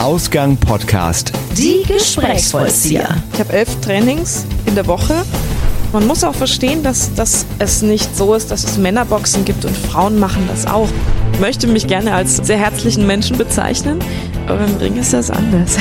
Ausgang Podcast. Die Gesprächsvollzieher. Ich habe 11 Trainings in der Woche. Man muss auch verstehen, dass es nicht so ist, dass es Männerboxen gibt und Frauen machen das auch. Ich möchte mich gerne als sehr herzlichen Menschen bezeichnen, aber im Ring ist das anders.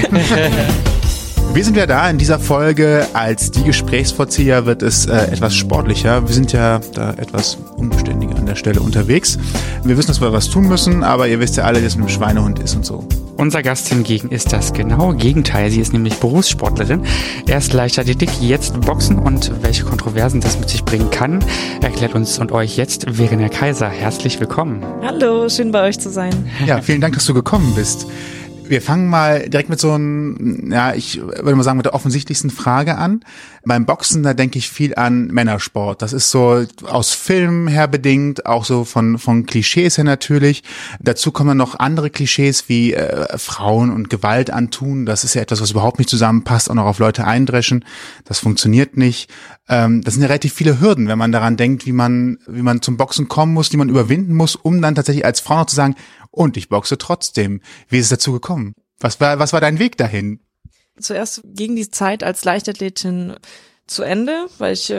Wir sind ja da in dieser Folge. Als die Gesprächsvollzieher wird es etwas sportlicher. Wir sind ja da etwas unbeständiger an der Stelle unterwegs. Wir wissen, dass wir was tun müssen, aber ihr wisst ja alle, wie es mit dem Schweinehund ist und so. Unser Gast hingegen ist das genaue Gegenteil. Sie ist nämlich Berufssportlerin. Erst Leichtathletik, jetzt Boxen, und welche Kontroversen das mit sich bringen kann, erklärt uns und euch jetzt Verena Kaiser. Herzlich willkommen. Hallo, schön bei euch zu sein. Ja, vielen Dank, dass du gekommen bist. Wir fangen mal direkt mit so einem, ja, ich würde mal sagen, mit der offensichtlichsten Frage an. Beim Boxen, da denke ich viel an Männersport. Das ist so aus Filmen her bedingt, auch so von Klischees her natürlich. Dazu kommen noch andere Klischees wie Frauen und Gewalt antun. Das ist ja etwas, was überhaupt nicht zusammenpasst, auch noch auf Leute eindreschen. Das funktioniert nicht. Das sind ja relativ viele Hürden, wenn man daran denkt, wie man zum Boxen kommen muss, die man überwinden muss, um dann tatsächlich als Frau noch zu sagen, und ich boxe trotzdem. Wie ist es dazu gekommen? Was war dein Weg dahin? Zuerst ging die Zeit als Leichtathletin zu Ende, weil ich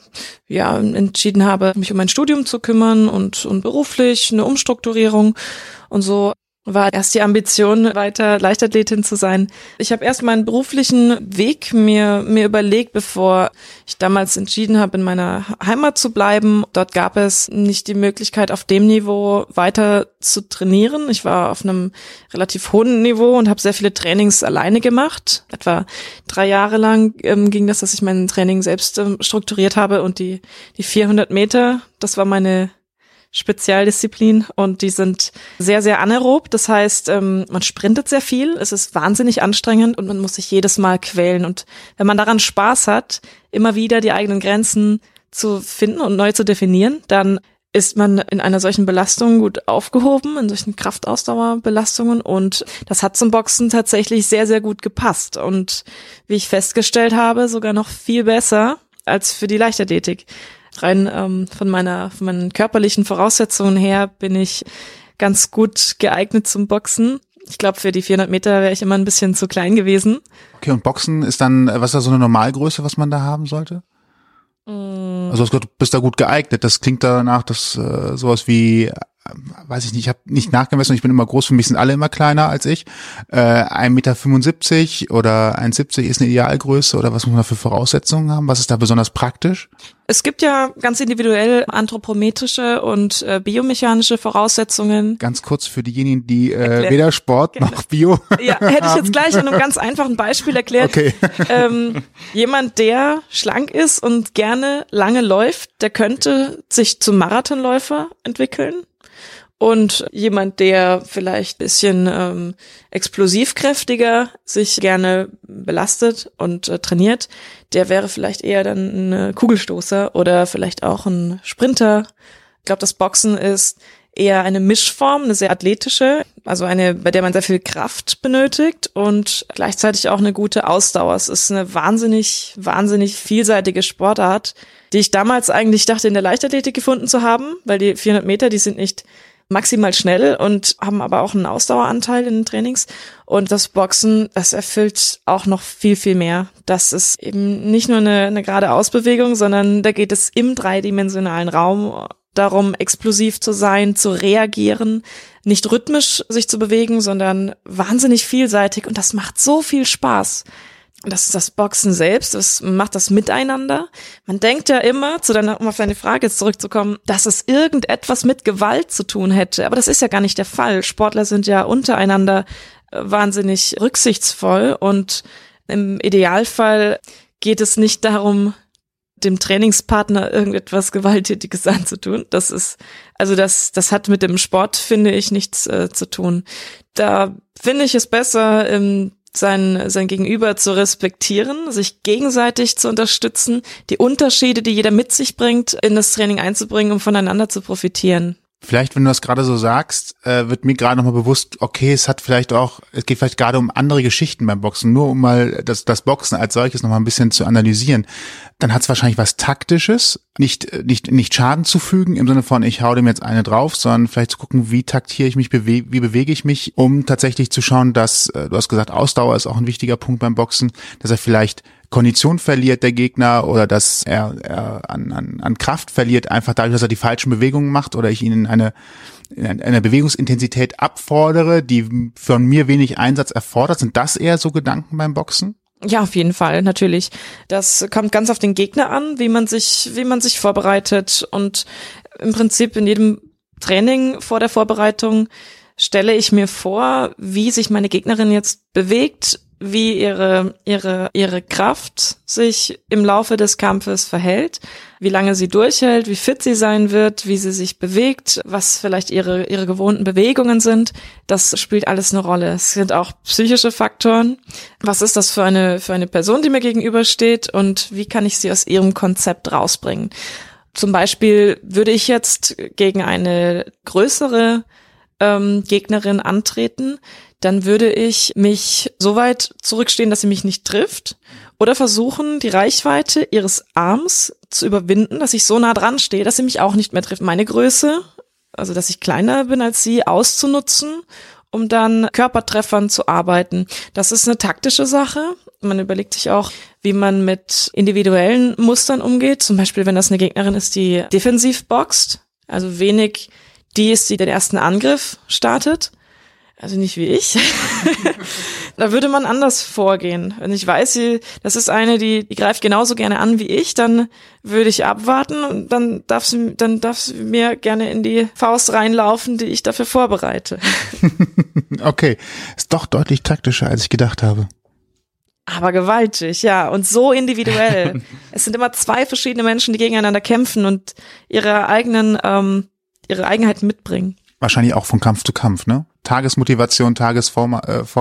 entschieden habe, mich um mein Studium zu kümmern und beruflich eine Umstrukturierung und so. War erst die Ambition, weiter Leichtathletin zu sein. Ich habe erst meinen beruflichen Weg mir überlegt, bevor ich damals entschieden habe, in meiner Heimat zu bleiben. Dort gab es nicht die Möglichkeit, auf dem Niveau weiter zu trainieren. Ich war auf einem relativ hohen Niveau und habe sehr viele Trainings alleine gemacht. Etwa 3 Jahre lang ging das, dass ich mein Training selbst strukturiert habe, und die 400 Meter, das war meine Spezialdisziplin, und die sind sehr, sehr anaerob. Das heißt, man sprintet sehr viel, es ist wahnsinnig anstrengend und man muss sich jedes Mal quälen. Und wenn man daran Spaß hat, immer wieder die eigenen Grenzen zu finden und neu zu definieren, dann ist man in einer solchen Belastung gut aufgehoben, in solchen Kraftausdauerbelastungen, und das hat zum Boxen tatsächlich sehr, sehr gut gepasst und, wie ich festgestellt habe, sogar noch viel besser als für die Leichtathletik. Rein von meinen körperlichen Voraussetzungen her bin ich ganz gut geeignet zum Boxen. Ich glaube, für die 400 Meter wäre ich immer ein bisschen zu klein gewesen. Okay, und Boxen ist dann, was ist da so eine Normalgröße, was man da haben sollte? Also du bist da gut geeignet. Das klingt danach, dass sowas wie, weiß ich nicht, ich habe nicht nachgemessen, ich bin immer groß, für mich sind alle immer kleiner als ich. 1,75 Meter oder 1,70 ist eine Idealgröße, oder was muss man für Voraussetzungen haben? Was ist da besonders praktisch? Es gibt ja ganz individuell anthropometrische und biomechanische Voraussetzungen. Ganz kurz für diejenigen, die weder Sport noch Bio Ja, hätte ich jetzt gleich an einem ganz einfachen Beispiel erklärt. Okay. Jemand, der schlank ist und gerne lange läuft, der könnte sich zum Marathonläufer entwickeln. Und jemand, der vielleicht ein bisschen explosivkräftiger sich gerne belastet und trainiert, der wäre vielleicht eher dann ein Kugelstoßer oder vielleicht auch ein Sprinter. Ich glaube, das Boxen ist eher eine Mischform, eine sehr athletische, also eine, bei der man sehr viel Kraft benötigt und gleichzeitig auch eine gute Ausdauer. Es ist eine wahnsinnig, wahnsinnig vielseitige Sportart, die ich damals eigentlich dachte, in der Leichtathletik gefunden zu haben, weil die 400 Meter, die sind nicht maximal schnell und haben aber auch einen Ausdaueranteil in den Trainings. Und das Boxen, das erfüllt auch noch viel, viel mehr. Das ist eben nicht nur eine geradeausbewegung, sondern da geht es im dreidimensionalen Raum darum, explosiv zu sein, zu reagieren, nicht rhythmisch sich zu bewegen, sondern wahnsinnig vielseitig. Und das macht so viel Spaß. Das ist das Boxen selbst, das macht das Miteinander. Man denkt ja immer, um auf deine Frage jetzt zurückzukommen, dass es irgendetwas mit Gewalt zu tun hätte. Aber das ist ja gar nicht der Fall. Sportler sind ja untereinander wahnsinnig rücksichtsvoll, und im Idealfall geht es nicht darum, dem Trainingspartner irgendetwas Gewalttätiges anzutun. Das hat mit dem Sport, finde ich, nichts zu tun. Da finde ich es besser, sein Gegenüber zu respektieren, sich gegenseitig zu unterstützen, die Unterschiede, die jeder mit sich bringt, in das Training einzubringen, um voneinander zu profitieren. Vielleicht, wenn du das gerade so sagst, wird mir gerade nochmal bewusst, okay, es geht vielleicht gerade um andere Geschichten beim Boxen, nur um mal das Boxen als solches nochmal ein bisschen zu analysieren. Dann hat es wahrscheinlich was Taktisches, nicht Schaden zufügen, im Sinne von, ich hau dem jetzt eine drauf, sondern vielleicht zu gucken, wie taktiere ich mich, wie bewege ich mich, um tatsächlich zu schauen, dass, du hast gesagt, Ausdauer ist auch ein wichtiger Punkt beim Boxen, dass er vielleicht Kondition verliert, der Gegner, oder dass er an Kraft verliert, einfach dadurch, dass er die falschen Bewegungen macht oder ich ihn in einer Bewegungsintensität abfordere, die von mir wenig Einsatz erfordert. Sind das eher so Gedanken beim Boxen? Ja, auf jeden Fall, natürlich. Das kommt ganz auf den Gegner an, wie man sich vorbereitet, und im Prinzip in jedem Training vor der Vorbereitung stelle ich mir vor, wie sich meine Gegnerin jetzt bewegt, wie ihre Kraft sich im Laufe des Kampfes verhält, wie lange sie durchhält, wie fit sie sein wird, wie sie sich bewegt, was vielleicht ihre gewohnten Bewegungen sind. Das spielt alles eine Rolle. Es sind auch psychische Faktoren. Was ist das für eine Person, die mir gegenübersteht, und wie kann ich sie aus ihrem Konzept rausbringen? Zum Beispiel würde ich jetzt gegen eine größere Gegnerin antreten, dann würde ich mich so weit zurückstehen, dass sie mich nicht trifft, oder versuchen, die Reichweite ihres Arms zu überwinden, dass ich so nah dran stehe, dass sie mich auch nicht mehr trifft. Meine Größe, also dass ich kleiner bin als sie, auszunutzen, um dann Körpertreffern zu arbeiten. Das ist eine taktische Sache. Man überlegt sich auch, wie man mit individuellen Mustern umgeht. Zum Beispiel, wenn das eine Gegnerin ist, die defensiv boxt, also wenig die ist, die den ersten Angriff startet. Also nicht wie ich. Da würde man anders vorgehen. Wenn ich weiß, das ist eine, die greift genauso gerne an wie ich, dann würde ich abwarten, und dann darf sie mir gerne in die Faust reinlaufen, die ich dafür vorbereite. Okay, ist doch deutlich taktischer, als ich gedacht habe. Aber gewaltig, ja, und so individuell. Es sind immer zwei verschiedene Menschen, die gegeneinander kämpfen und ihre Eigenheiten mitbringen. Wahrscheinlich auch von Kampf zu Kampf, ne? Tagesmotivation, Tagesform,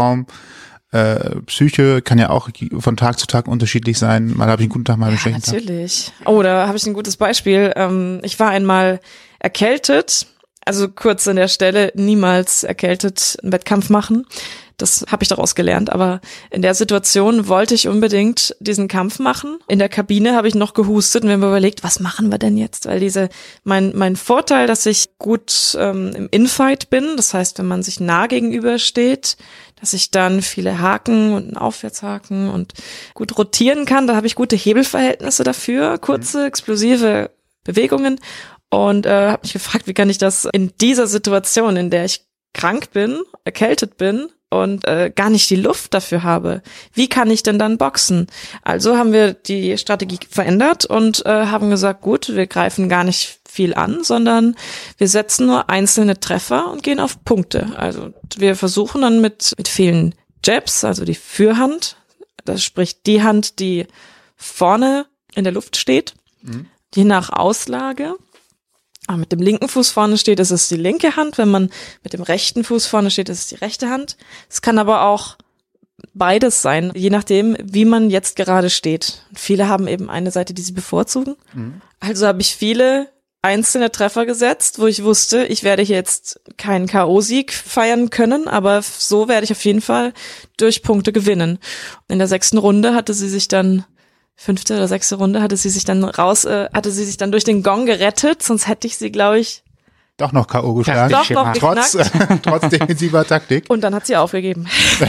Psyche kann ja auch von Tag zu Tag unterschiedlich sein. Mal habe ich einen guten Tag, mal einen schlechten Tag. Natürlich. Oh, da habe ich ein gutes Beispiel. Ich war einmal erkältet, also kurz an der Stelle, niemals erkältet einen Wettkampf machen. Das habe ich daraus gelernt, aber in der Situation wollte ich unbedingt diesen Kampf machen. In der Kabine habe ich noch gehustet und wir haben überlegt, was machen wir denn jetzt? Weil mein Vorteil, dass ich gut im Infight bin, das heißt, wenn man sich nah gegenübersteht, dass ich dann viele Haken und einen Aufwärtshaken und gut rotieren kann, da habe ich gute Hebelverhältnisse dafür, kurze, explosive Bewegungen, und habe mich gefragt, wie kann ich das in dieser Situation, in der ich krank bin, erkältet bin und gar nicht die Luft dafür habe, wie kann ich denn dann boxen? Also haben wir die Strategie verändert und haben gesagt, gut, wir greifen gar nicht viel an, sondern wir setzen nur einzelne Treffer und gehen auf Punkte. Also wir versuchen dann mit vielen Jabs, also die Fürhand, das spricht die Hand, die vorne in der Luft steht, je nach Auslage. Mit dem linken Fuß vorne steht, ist es die linke Hand. Wenn man mit dem rechten Fuß vorne steht, ist es die rechte Hand. Es kann aber auch beides sein, je nachdem, wie man jetzt gerade steht. Und viele haben eben eine Seite, die sie bevorzugen. Also habe ich viele einzelne Treffer gesetzt, wo ich wusste, ich werde hier jetzt keinen K.O.-Sieg feiern können, aber so werde ich auf jeden Fall durch Punkte gewinnen. In der 6. Runde hatte sie sich dann 5. oder 6. Runde hatte sie sich dann durch den Gong gerettet, sonst hätte ich sie, glaube ich, doch noch K.O. geschlagen. Doch noch geknackt. Trotz defensiver Taktik. Und dann hat sie aufgegeben.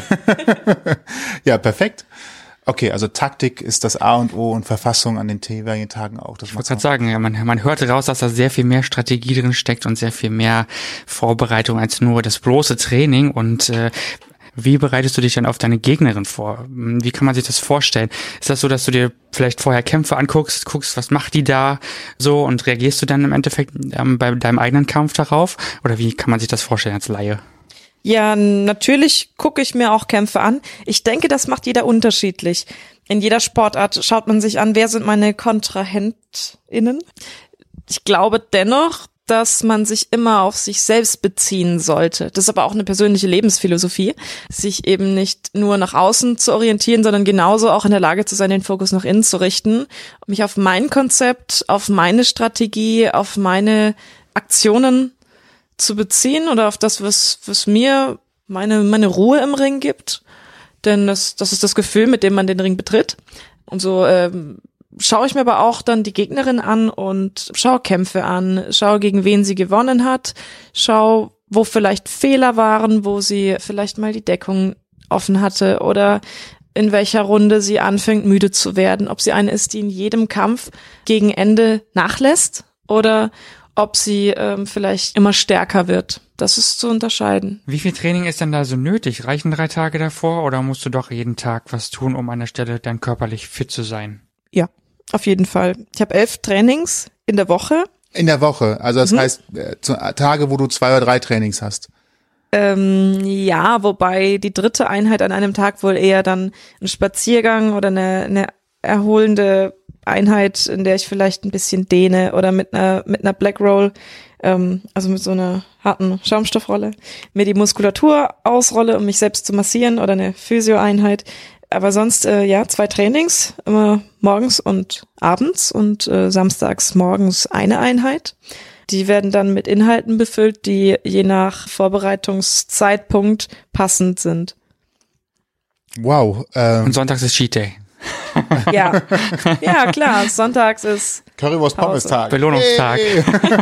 Ja, perfekt. Okay, also Taktik ist das A und O und Verfassung an den jeweiligen Tagen auch. Das ich wollte gerade sagen, ja, man hört raus, dass da sehr viel mehr Strategie drin steckt und sehr viel mehr Vorbereitung als nur das bloße Training. Und wie bereitest du dich dann auf deine Gegnerin vor? Wie kann man sich das vorstellen? Ist das so, dass du dir vielleicht vorher Kämpfe anguckst, guckst, was macht die da so, und reagierst du dann im Endeffekt bei deinem eigenen Kampf darauf? Oder wie kann man sich das vorstellen als Laie? Ja, natürlich gucke ich mir auch Kämpfe an. Ich denke, das macht jeder unterschiedlich. In jeder Sportart schaut man sich an, wer sind meine KontrahentInnen. Ich glaube dennoch, dass man sich immer auf sich selbst beziehen sollte. Das ist aber auch eine persönliche Lebensphilosophie, sich eben nicht nur nach außen zu orientieren, sondern genauso auch in der Lage zu sein, den Fokus nach innen zu richten, mich auf mein Konzept, auf meine Strategie, auf meine Aktionen zu beziehen oder auf das, was mir meine Ruhe im Ring gibt. Denn das ist das Gefühl, mit dem man den Ring betritt. Und so schaue ich mir aber auch dann die Gegnerin an und schaue Kämpfe an, schaue, gegen wen sie gewonnen hat, schaue, wo vielleicht Fehler waren, wo sie vielleicht mal die Deckung offen hatte oder in welcher Runde sie anfängt, müde zu werden, ob sie eine ist, die in jedem Kampf gegen Ende nachlässt oder ob sie vielleicht immer stärker wird. Das ist zu unterscheiden. Wie viel Training ist denn da so nötig? Reichen 3 Tage davor oder musst du doch jeden Tag was tun, um an der Stelle dann körperlich fit zu sein? Ja, auf jeden Fall. Ich habe 11 Trainings in der Woche. In der Woche, also das heißt Tage, wo du 2 oder 3 Trainings hast. Ja, wobei die 3. Einheit an einem Tag wohl eher dann ein Spaziergang oder eine erholende Einheit, in der ich vielleicht ein bisschen dehne oder mit einer Black Roll, also mit so einer harten Schaumstoffrolle, mir die Muskulatur ausrolle, um mich selbst zu massieren oder eine Physio-Einheit. Aber sonst, 2 Trainings, immer morgens und abends und samstags morgens eine Einheit. Die werden dann mit Inhalten befüllt, die je nach Vorbereitungszeitpunkt passend sind. Wow. Und sonntags ist Cheat Day. Ja, klar. Sonntags ist Currywurst Pommes Tag. Belohnungstag. Hey.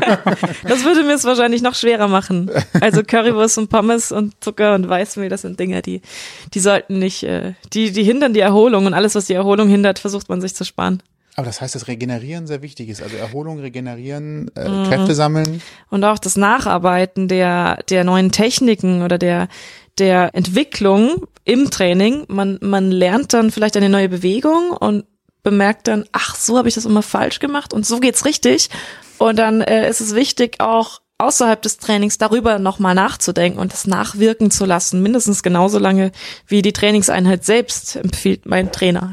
Das würde mir es wahrscheinlich noch schwerer machen. Also Currywurst und Pommes und Zucker und Weißmehl, das sind Dinge, die sollten nicht, die hindern die Erholung und alles, was die Erholung hindert, versucht man sich zu sparen. Aber das heißt, dass Regenerieren sehr wichtig ist. Also Erholung, Regenerieren, Kräfte sammeln. Und auch das Nacharbeiten der neuen Techniken oder der Entwicklung im Training. Man lernt dann vielleicht eine neue Bewegung und bemerkt dann, ach, so habe ich das immer falsch gemacht und so geht's richtig. Und dann ist es wichtig, auch außerhalb des Trainings darüber nochmal nachzudenken und das nachwirken zu lassen. Mindestens genauso lange, wie die Trainingseinheit selbst, empfiehlt mein Trainer.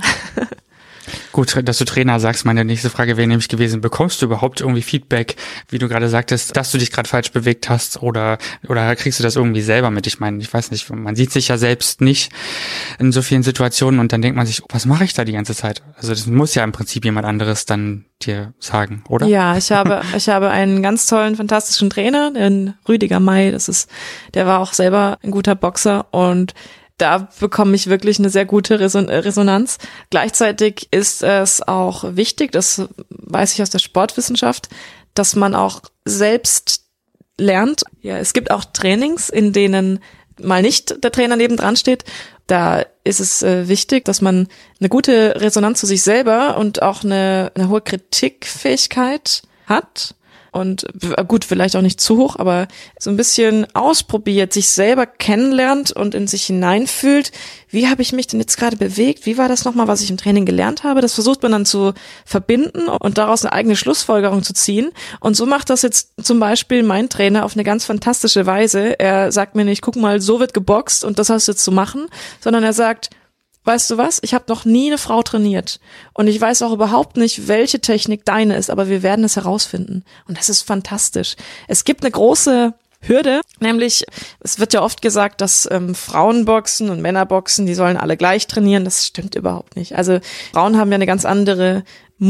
Gut, dass du Trainer sagst, meine nächste Frage wäre nämlich gewesen, bekommst du überhaupt irgendwie Feedback, wie du gerade sagtest, dass du dich gerade falsch bewegt hast oder kriegst du das irgendwie selber mit? Ich meine, ich weiß nicht, man sieht sich ja selbst nicht in so vielen Situationen und dann denkt man sich, was mache ich da die ganze Zeit? Also das muss ja im Prinzip jemand anderes dann dir sagen, oder? Ja, ich habe einen ganz tollen, fantastischen Trainer, den Rüdiger May, der war auch selber ein guter Boxer und da bekomme ich wirklich eine sehr gute Resonanz. Gleichzeitig ist es auch wichtig, das weiß ich aus der Sportwissenschaft, dass man auch selbst lernt. Ja, es gibt auch Trainings, in denen mal nicht der Trainer nebendran steht. Da ist es wichtig, dass man eine gute Resonanz zu sich selber und auch eine hohe Kritikfähigkeit hat. Und gut, vielleicht auch nicht zu hoch, aber so ein bisschen ausprobiert, sich selber kennenlernt und in sich hineinfühlt, wie habe ich mich denn jetzt gerade bewegt, wie war das nochmal, was ich im Training gelernt habe, das versucht man dann zu verbinden und daraus eine eigene Schlussfolgerung zu ziehen und so macht das jetzt zum Beispiel mein Trainer auf eine ganz fantastische Weise. Er sagt mir nicht, guck mal, so wird geboxt und das hast du jetzt zu machen, sondern er sagt, weißt du was, ich habe noch nie eine Frau trainiert und ich weiß auch überhaupt nicht, welche Technik deine ist, aber wir werden es herausfinden und das ist fantastisch. Es gibt eine große Hürde, nämlich es wird ja oft gesagt, dass Frauenboxen und Männerboxen, die sollen alle gleich trainieren, das stimmt überhaupt nicht. Also Frauen haben ja eine ganz andere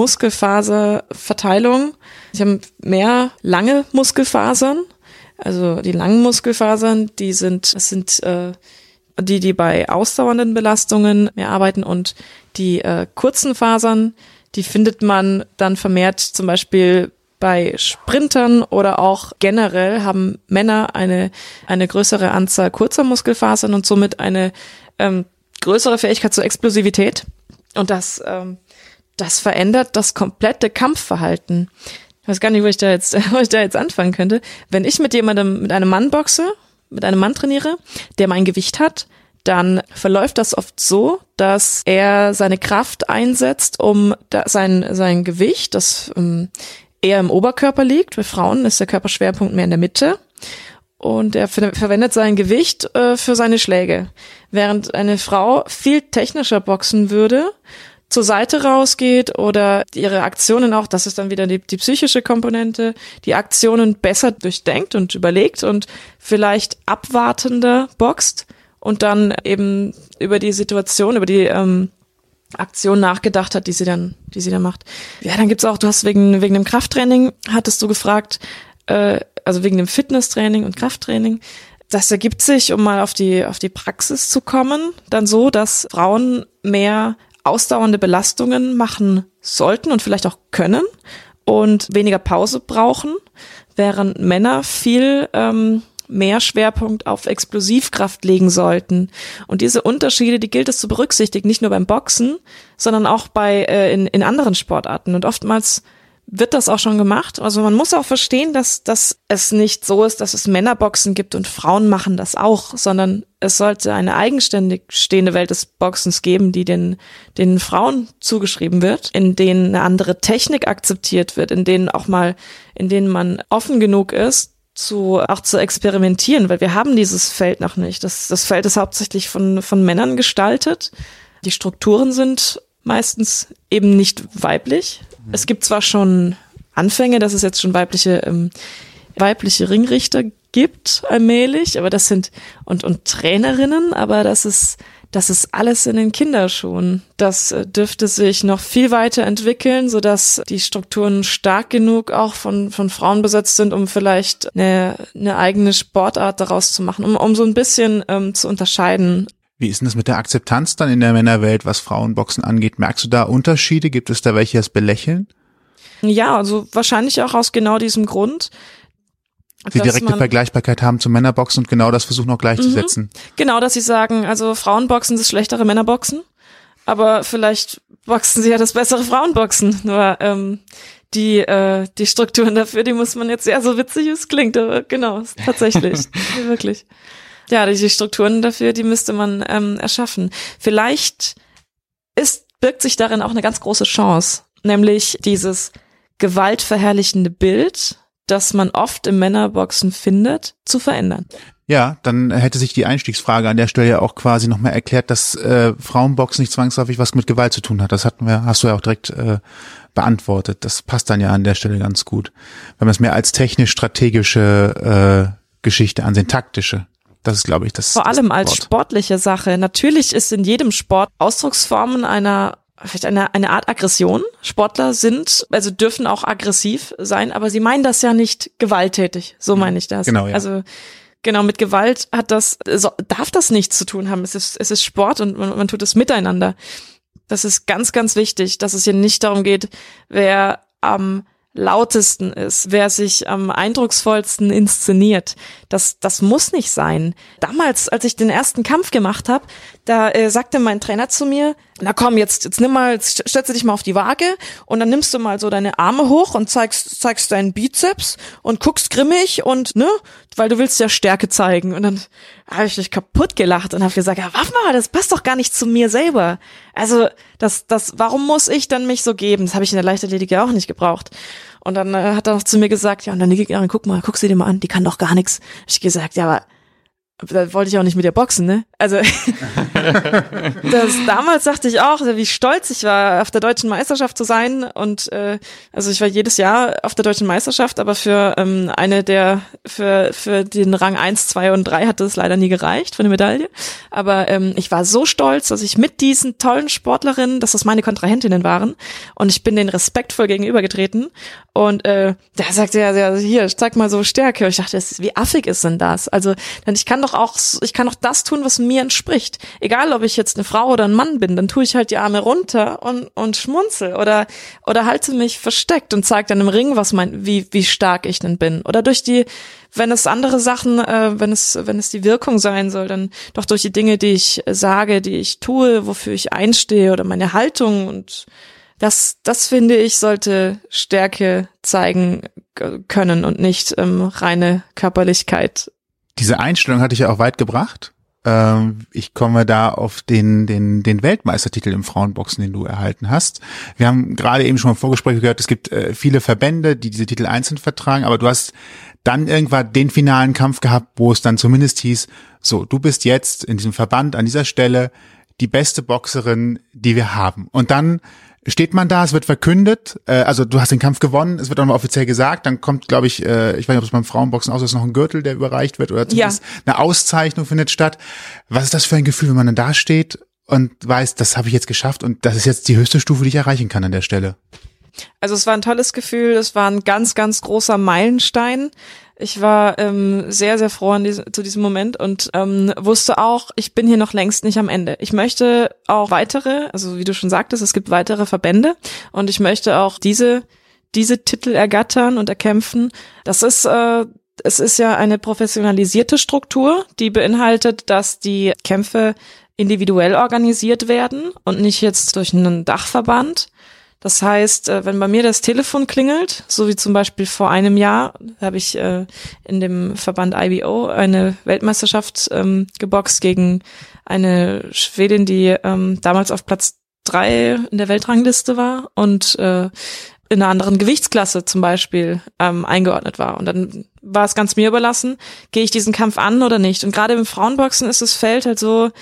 Muskelfaserverteilung, sie haben mehr lange Muskelfasern, also die langen Muskelfasern, die bei ausdauernden Belastungen mehr arbeiten und die kurzen Fasern, die findet man dann vermehrt zum Beispiel bei Sprintern oder auch generell haben Männer eine größere Anzahl kurzer Muskelfasern und somit eine größere Fähigkeit zur Explosivität und das verändert das komplette Kampfverhalten. Ich weiß gar nicht, wo ich da jetzt anfangen könnte. Wenn ich mit einem Mann boxe, mit einem Mann trainiere, der mein Gewicht hat, dann verläuft das oft so, dass er seine Kraft einsetzt, um sein Gewicht, das eher im Oberkörper liegt. Bei Frauen ist der Körperschwerpunkt mehr in der Mitte. Und er verwendet sein Gewicht für seine Schläge. Während eine Frau viel technischer boxen würde, zur Seite rausgeht oder ihre Aktionen auch, das ist dann wieder die psychische Komponente, die Aktionen besser durchdenkt und überlegt und vielleicht abwartender boxt und dann eben über die Situation, über die Aktion nachgedacht hat, die sie dann macht. Ja, dann gibt's auch, du hast wegen dem Krafttraining, hattest du gefragt, also wegen dem Fitnesstraining und Krafttraining. Das ergibt sich, um mal auf die Praxis zu kommen, dann so, dass Frauen mehr ausdauernde Belastungen machen sollten und vielleicht auch können und weniger Pause brauchen, während Männer viel mehr Schwerpunkt auf Explosivkraft legen sollten. Und diese Unterschiede, die gilt es zu berücksichtigen, nicht nur beim Boxen, sondern auch in anderen Sportarten. Und oftmals wird das auch schon gemacht. Also man muss auch verstehen, dass es nicht so ist, dass es Männerboxen gibt und Frauen machen das auch, sondern es sollte eine eigenständig stehende Welt des Boxens geben, die den Frauen zugeschrieben wird, in denen eine andere Technik akzeptiert wird, in denen man offen genug ist, auch zu experimentieren, weil wir haben dieses Feld noch nicht. Das Feld ist hauptsächlich von Männern gestaltet. Die Strukturen sind meistens eben nicht weiblich. Es gibt zwar schon Anfänge, dass es jetzt schon weibliche Ringrichter gibt, allmählich, aber das sind und Trainerinnen, aber das ist alles in den Kinderschuhen. Das dürfte sich noch viel weiter entwickeln, sodass die Strukturen stark genug auch von Frauen besetzt sind, um vielleicht eine eigene Sportart daraus zu machen, um so ein bisschen zu unterscheiden. Wie ist denn das mit der Akzeptanz dann in der Männerwelt, was Frauenboxen angeht? Merkst du da Unterschiede? Gibt es da welche, die das belächeln? Ja, also wahrscheinlich auch aus genau diesem Grund. Die direkte Vergleichbarkeit haben zum Männerboxen und genau das versuchen auch gleichzusetzen. Genau, dass sie sagen, also Frauenboxen ist das schlechtere Männerboxen, aber vielleicht boxen sie ja das bessere Frauenboxen. Nur die Strukturen dafür, die muss man jetzt, ja, so witzig es klingt, aber genau, tatsächlich, wirklich. Ja, die Strukturen dafür, die müsste man erschaffen. Vielleicht birgt sich darin auch eine ganz große Chance, nämlich dieses gewaltverherrlichende Bild, das man oft im Männerboxen findet, zu verändern. Ja, dann hätte sich die Einstiegsfrage an der Stelle ja auch quasi nochmal erklärt, dass Frauenboxen nicht zwangsläufig was mit Gewalt zu tun hat. Das hast du ja auch direkt beantwortet. Das passt dann ja an der Stelle ganz gut. Wenn man es mehr als technisch-strategische Geschichte ansehen, taktische. Das ist, glaube ich, das. Vor allem als sportliche Sache. Natürlich ist in jedem Sport Ausdrucksformen eine Art Aggression. Sportler dürfen auch aggressiv sein, aber sie meinen das ja nicht gewalttätig. So meine ich das. Genau, ja. Also, genau, mit Gewalt darf das nichts zu tun haben. Es ist Sport und man tut es miteinander. Das ist ganz, ganz wichtig, dass es hier nicht darum geht, wer am lautesten ist, wer sich am eindrucksvollsten inszeniert. Das muss nicht sein. Damals, als ich den ersten Kampf gemacht habe, da sagte mein Trainer zu mir, na komm, jetzt stellst dich mal auf die Waage und dann nimmst du mal so deine Arme hoch und zeigst deinen Bizeps und guckst grimmig und, weil du willst ja Stärke zeigen. Und dann habe ich mich kaputt gelacht und habe gesagt, ja, warte mal, das passt doch gar nicht zu mir selber. Also, warum muss ich dann mich so geben? Das habe ich in der Leichtathletik ja auch nicht gebraucht. Und dann hat er noch zu mir gesagt, ja, und dann Gegnerin, guck sie dir mal an, die kann doch gar nichts. Hab ich gesagt, ja, aber da wollte ich auch nicht mit ihr boxen, ne? Also damals dachte ich auch, wie stolz ich war, auf der deutschen Meisterschaft zu sein. Und also ich war jedes Jahr auf der deutschen Meisterschaft, aber für für den Rang 1, 2 und 3 hatte es leider nie gereicht für eine Medaille. Aber ich war so stolz, dass ich mit diesen tollen Sportlerinnen, dass das meine Kontrahentinnen waren, und ich bin denen respektvoll gegenübergetreten. Und da sagte er, ja, hier, zeig mal so Stärke. Und ich dachte, wie affig ist denn das? Also, ich kann doch das tun, was mir entspricht. Egal, ob ich jetzt eine Frau oder ein Mann bin, dann tue ich halt die Arme runter und schmunzel oder halte mich versteckt und zeige dann im Ring, wie stark ich denn bin. Oder wenn es andere Sachen, wenn es die Wirkung sein soll, dann doch durch die Dinge, die ich sage, die ich tue, wofür ich einstehe oder meine Haltung, und das finde ich, sollte Stärke zeigen können und nicht reine Körperlichkeit. Diese Einstellung hatte ich ja auch weit gebracht. Ich komme da auf den Weltmeistertitel im Frauenboxen, den du erhalten hast. Wir haben gerade eben schon im Vorgespräch gehört, es gibt viele Verbände, die diese Titel einzeln vertragen, aber du hast dann irgendwann den finalen Kampf gehabt, wo es dann zumindest hieß, so, du bist jetzt in diesem Verband an dieser Stelle die beste Boxerin, die wir haben. Und dann steht man da, es wird verkündet, also du hast den Kampf gewonnen, es wird auch mal offiziell gesagt, dann kommt, glaube ich weiß nicht, ob es beim Frauenboxen aus ist, noch ein Gürtel, der überreicht wird, oder zumindest eine Auszeichnung findet statt. Was ist das für ein Gefühl, wenn man dann da steht und weiß, das habe ich jetzt geschafft und das ist jetzt die höchste Stufe, die ich erreichen kann an der Stelle? Also es war ein tolles Gefühl, es war ein ganz, ganz großer Meilenstein. Ich war sehr, sehr froh zu diesem Moment und wusste auch, ich bin hier noch längst nicht am Ende. Ich möchte auch weitere, also wie du schon sagtest, es gibt weitere Verbände und ich möchte auch diese Titel ergattern und erkämpfen. Es ist ja eine professionalisierte Struktur, die beinhaltet, dass die Kämpfe individuell organisiert werden und nicht jetzt durch einen Dachverband. Das heißt, wenn bei mir das Telefon klingelt, so wie zum Beispiel vor einem Jahr, habe ich in dem Verband IBO eine Weltmeisterschaft geboxt gegen eine Schwedin, die damals auf Platz 3 in der Weltrangliste war und in einer anderen Gewichtsklasse zum Beispiel eingeordnet war. Und dann war es ganz mir überlassen, gehe ich diesen Kampf an oder nicht. Und gerade im Frauenboxen ist das Feld halt so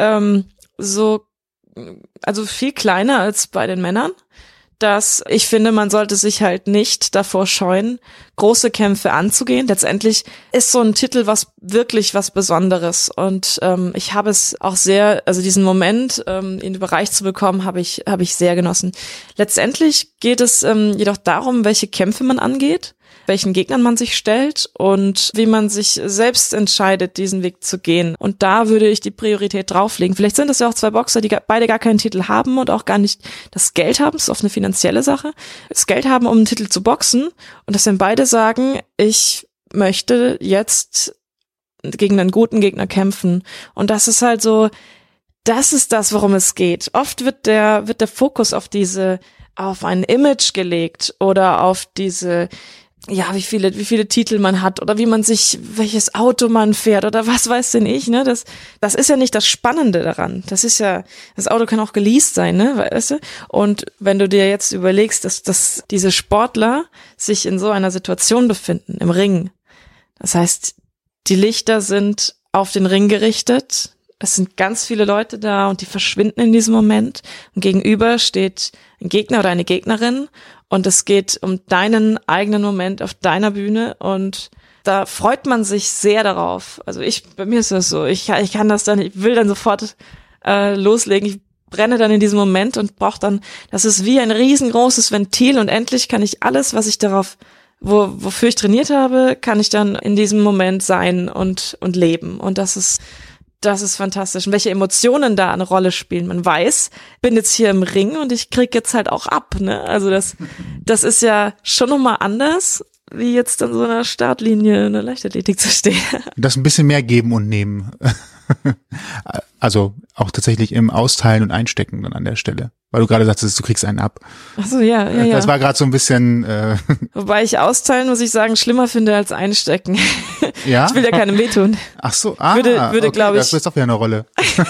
viel kleiner als bei den Männern, dass ich finde, man sollte sich halt nicht davor scheuen, große Kämpfe anzugehen. Letztendlich ist so ein Titel wirklich was Besonderes und ich habe es auch sehr, also diesen Moment in den Bereich zu bekommen, habe ich sehr genossen. Letztendlich geht es jedoch darum, welche Kämpfe man angeht, welchen Gegnern man sich stellt und wie man sich selbst entscheidet, diesen Weg zu gehen. Und da würde ich die Priorität drauflegen. Vielleicht sind es ja auch zwei Boxer, die beide gar keinen Titel haben und auch gar nicht das Geld haben. Das ist oft eine finanzielle Sache. Das Geld haben, um einen Titel zu boxen. Und dass dann beide sagen, ich möchte jetzt gegen einen guten Gegner kämpfen. Und das ist halt so, das ist das, worum es geht. Oft wird der Fokus auf ein Image gelegt oder auf diese, ja, wie viele Titel man hat oder welches Auto man fährt oder was weiß denn ich, ne? Das ist ja nicht das Spannende daran. Das Auto kann auch geleast sein, ne? Weißt du? Und wenn du dir jetzt überlegst, dass diese Sportler sich in so einer Situation befinden, im Ring. Das heißt, die Lichter sind auf den Ring gerichtet. Es sind ganz viele Leute da und die verschwinden in diesem Moment. Und gegenüber steht ein Gegner oder eine Gegnerin und es geht um deinen eigenen Moment auf deiner Bühne und da freut man sich sehr darauf. Also bei mir ist das so, ich kann das dann, ich will dann sofort loslegen. Ich brenne dann in diesem Moment und brauche dann, das ist wie ein riesengroßes Ventil und endlich kann ich alles, was ich darauf, wofür ich trainiert habe, kann ich dann in diesem Moment sein und leben. Und das ist fantastisch. Und welche Emotionen da eine Rolle spielen. Man weiß, bin jetzt hier im Ring und ich krieg jetzt halt auch ab, ne? Also das ist ja schon nochmal anders, wie jetzt an so einer Startlinie in der Leichtathletik zu stehen. Das ein bisschen mehr geben und nehmen. Also auch tatsächlich im Austeilen und Einstecken dann an der Stelle. Weil du gerade sagtest, du kriegst einen ab. Ach so, ja. Das war gerade so ein bisschen. Wobei ich austeilen, muss ich sagen, schlimmer finde als einstecken. Ja? Ich will ja keinem wehtun. Ach so, würde okay, glaube ich. Das ist doch wieder eine Rolle.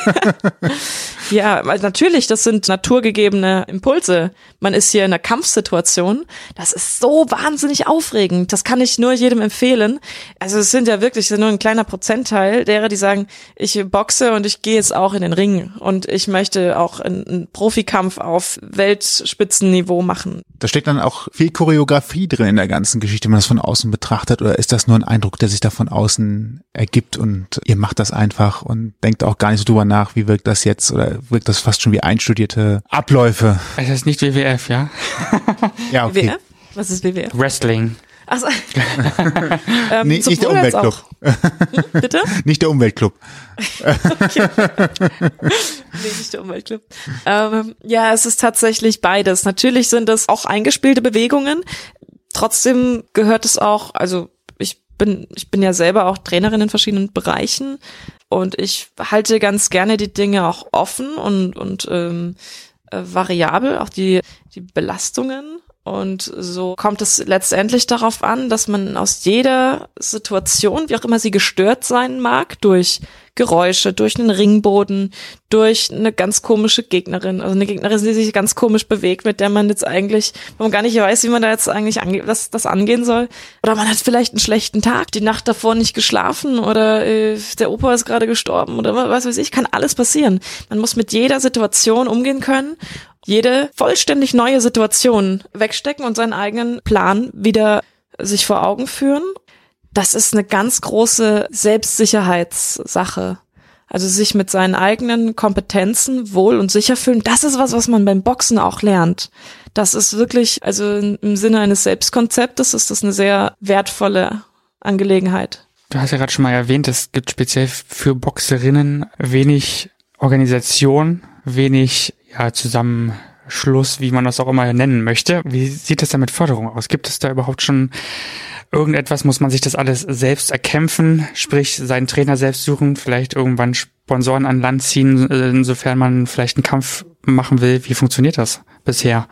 Ja, weil natürlich, das sind naturgegebene Impulse. Man ist hier in einer Kampfsituation. Das ist so wahnsinnig aufregend. Das kann ich nur jedem empfehlen. Also es sind ja wirklich nur ein kleiner Prozentteil derer, die sagen, ich boxe und ich gehe jetzt auch in den Ring und ich möchte auch einen Profikampf auf Weltspitzenniveau machen. Da steckt dann auch viel Choreografie drin in der ganzen Geschichte, wenn man das von außen betrachtet, oder ist das nur ein Eindruck, der sich da von außen ergibt und ihr macht das einfach und denkt auch gar nicht so drüber nach, wie wirkt das jetzt, oder wirkt das fast schon wie einstudierte Abläufe? Es ist nicht WWF, ja? Ja, okay. WWF? Was ist WWF? Wrestling. Ach so. Nee, nicht der Umweltclub. Bitte? Nicht der Umweltclub. Okay. Nee, nicht der Umweltclub. Ja, es ist tatsächlich beides. Natürlich sind es auch eingespielte Bewegungen. Trotzdem gehört es auch, also ich bin ja selber auch Trainerin in verschiedenen Bereichen und ich halte ganz gerne die Dinge auch offen und variabel, auch die Belastungen. Und so kommt es letztendlich darauf an, dass man aus jeder Situation, wie auch immer sie gestört sein mag, durch Geräusche, durch einen Ringboden, durch eine ganz komische Gegnerin, also eine Gegnerin, die sich ganz komisch bewegt, mit der man jetzt eigentlich, wo man gar nicht weiß, wie man da jetzt eigentlich das angehen soll. Oder man hat vielleicht einen schlechten Tag, die Nacht davor nicht geschlafen oder der Opa ist gerade gestorben oder was weiß ich, kann alles passieren. Man muss mit jeder Situation umgehen können, jede vollständig neue Situation wegstecken und seinen eigenen Plan wieder sich vor Augen führen. Das ist eine ganz große Selbstsicherheitssache. Also sich mit seinen eigenen Kompetenzen wohl und sicher fühlen, das ist was man beim Boxen auch lernt. Das ist wirklich, also im Sinne eines Selbstkonzeptes ist das eine sehr wertvolle Angelegenheit. Du hast ja gerade schon mal erwähnt, es gibt speziell für Boxerinnen wenig Organisation, wenig Zusammenschluss, wie man das auch immer nennen möchte. Wie sieht es da mit Förderung aus? Gibt es da überhaupt schon irgendetwas? Muss man sich das alles selbst erkämpfen, sprich seinen Trainer selbst suchen, vielleicht irgendwann Sponsoren an Land ziehen, insofern man vielleicht einen Kampf machen will? Wie funktioniert das bisher?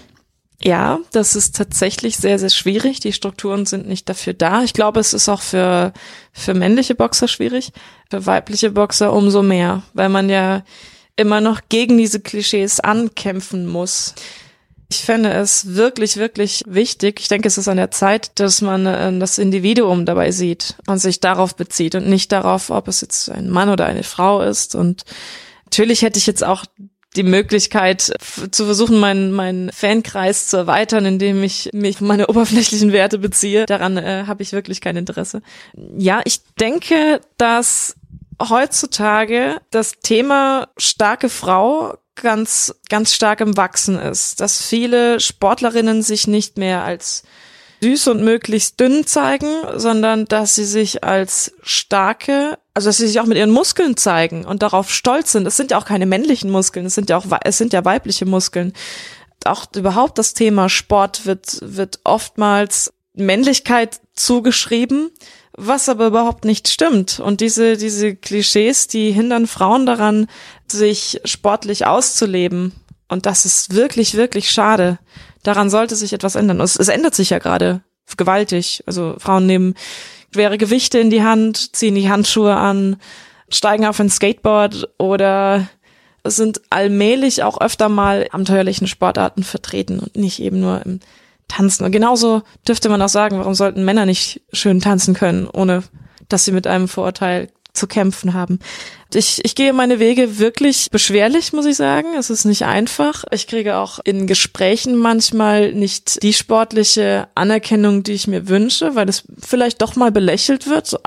Ja, das ist tatsächlich sehr, sehr schwierig. Die Strukturen sind nicht dafür da. Ich glaube, es ist auch für männliche Boxer schwierig, für weibliche Boxer umso mehr, weil man ja immer noch gegen diese Klischees ankämpfen muss. Ich fände es wirklich, wirklich wichtig. Ich denke, es ist an der Zeit, dass man das Individuum dabei sieht und sich darauf bezieht und nicht darauf, ob es jetzt ein Mann oder eine Frau ist. Und natürlich hätte ich jetzt auch die Möglichkeit zu versuchen, meinen Fankreis zu erweitern, indem ich mich auf meine oberflächlichen Werte beziehe. Daran habe ich wirklich kein Interesse. Ja, ich denke, dass heutzutage das Thema starke Frau ganz, ganz stark im Wachsen ist. Dass viele Sportlerinnen sich nicht mehr als süß und möglichst dünn zeigen, sondern dass sie sich als starke, also dass sie sich auch mit ihren Muskeln zeigen und darauf stolz sind. Es sind ja auch keine männlichen Muskeln, es sind ja weibliche Muskeln. Auch überhaupt das Thema Sport wird oftmals Männlichkeit zugeschrieben, was aber überhaupt nicht stimmt. Und diese Klischees, die hindern Frauen daran, sich sportlich auszuleben. Und das ist wirklich, wirklich schade. Daran sollte sich etwas ändern. Es ändert sich ja gerade gewaltig. Also Frauen nehmen schwere Gewichte in die Hand, ziehen die Handschuhe an, steigen auf ein Skateboard oder sind allmählich auch öfter mal in abenteuerlichen Sportarten vertreten und nicht eben nur im Tanzen. Und genauso dürfte man auch sagen, warum sollten Männer nicht schön tanzen können, ohne dass sie mit einem Vorurteil zu kämpfen haben. Ich gehe meine Wege wirklich beschwerlich, muss ich sagen. Es ist nicht einfach. Ich kriege auch in Gesprächen manchmal nicht die sportliche Anerkennung, die ich mir wünsche, weil es vielleicht doch mal belächelt wird. So,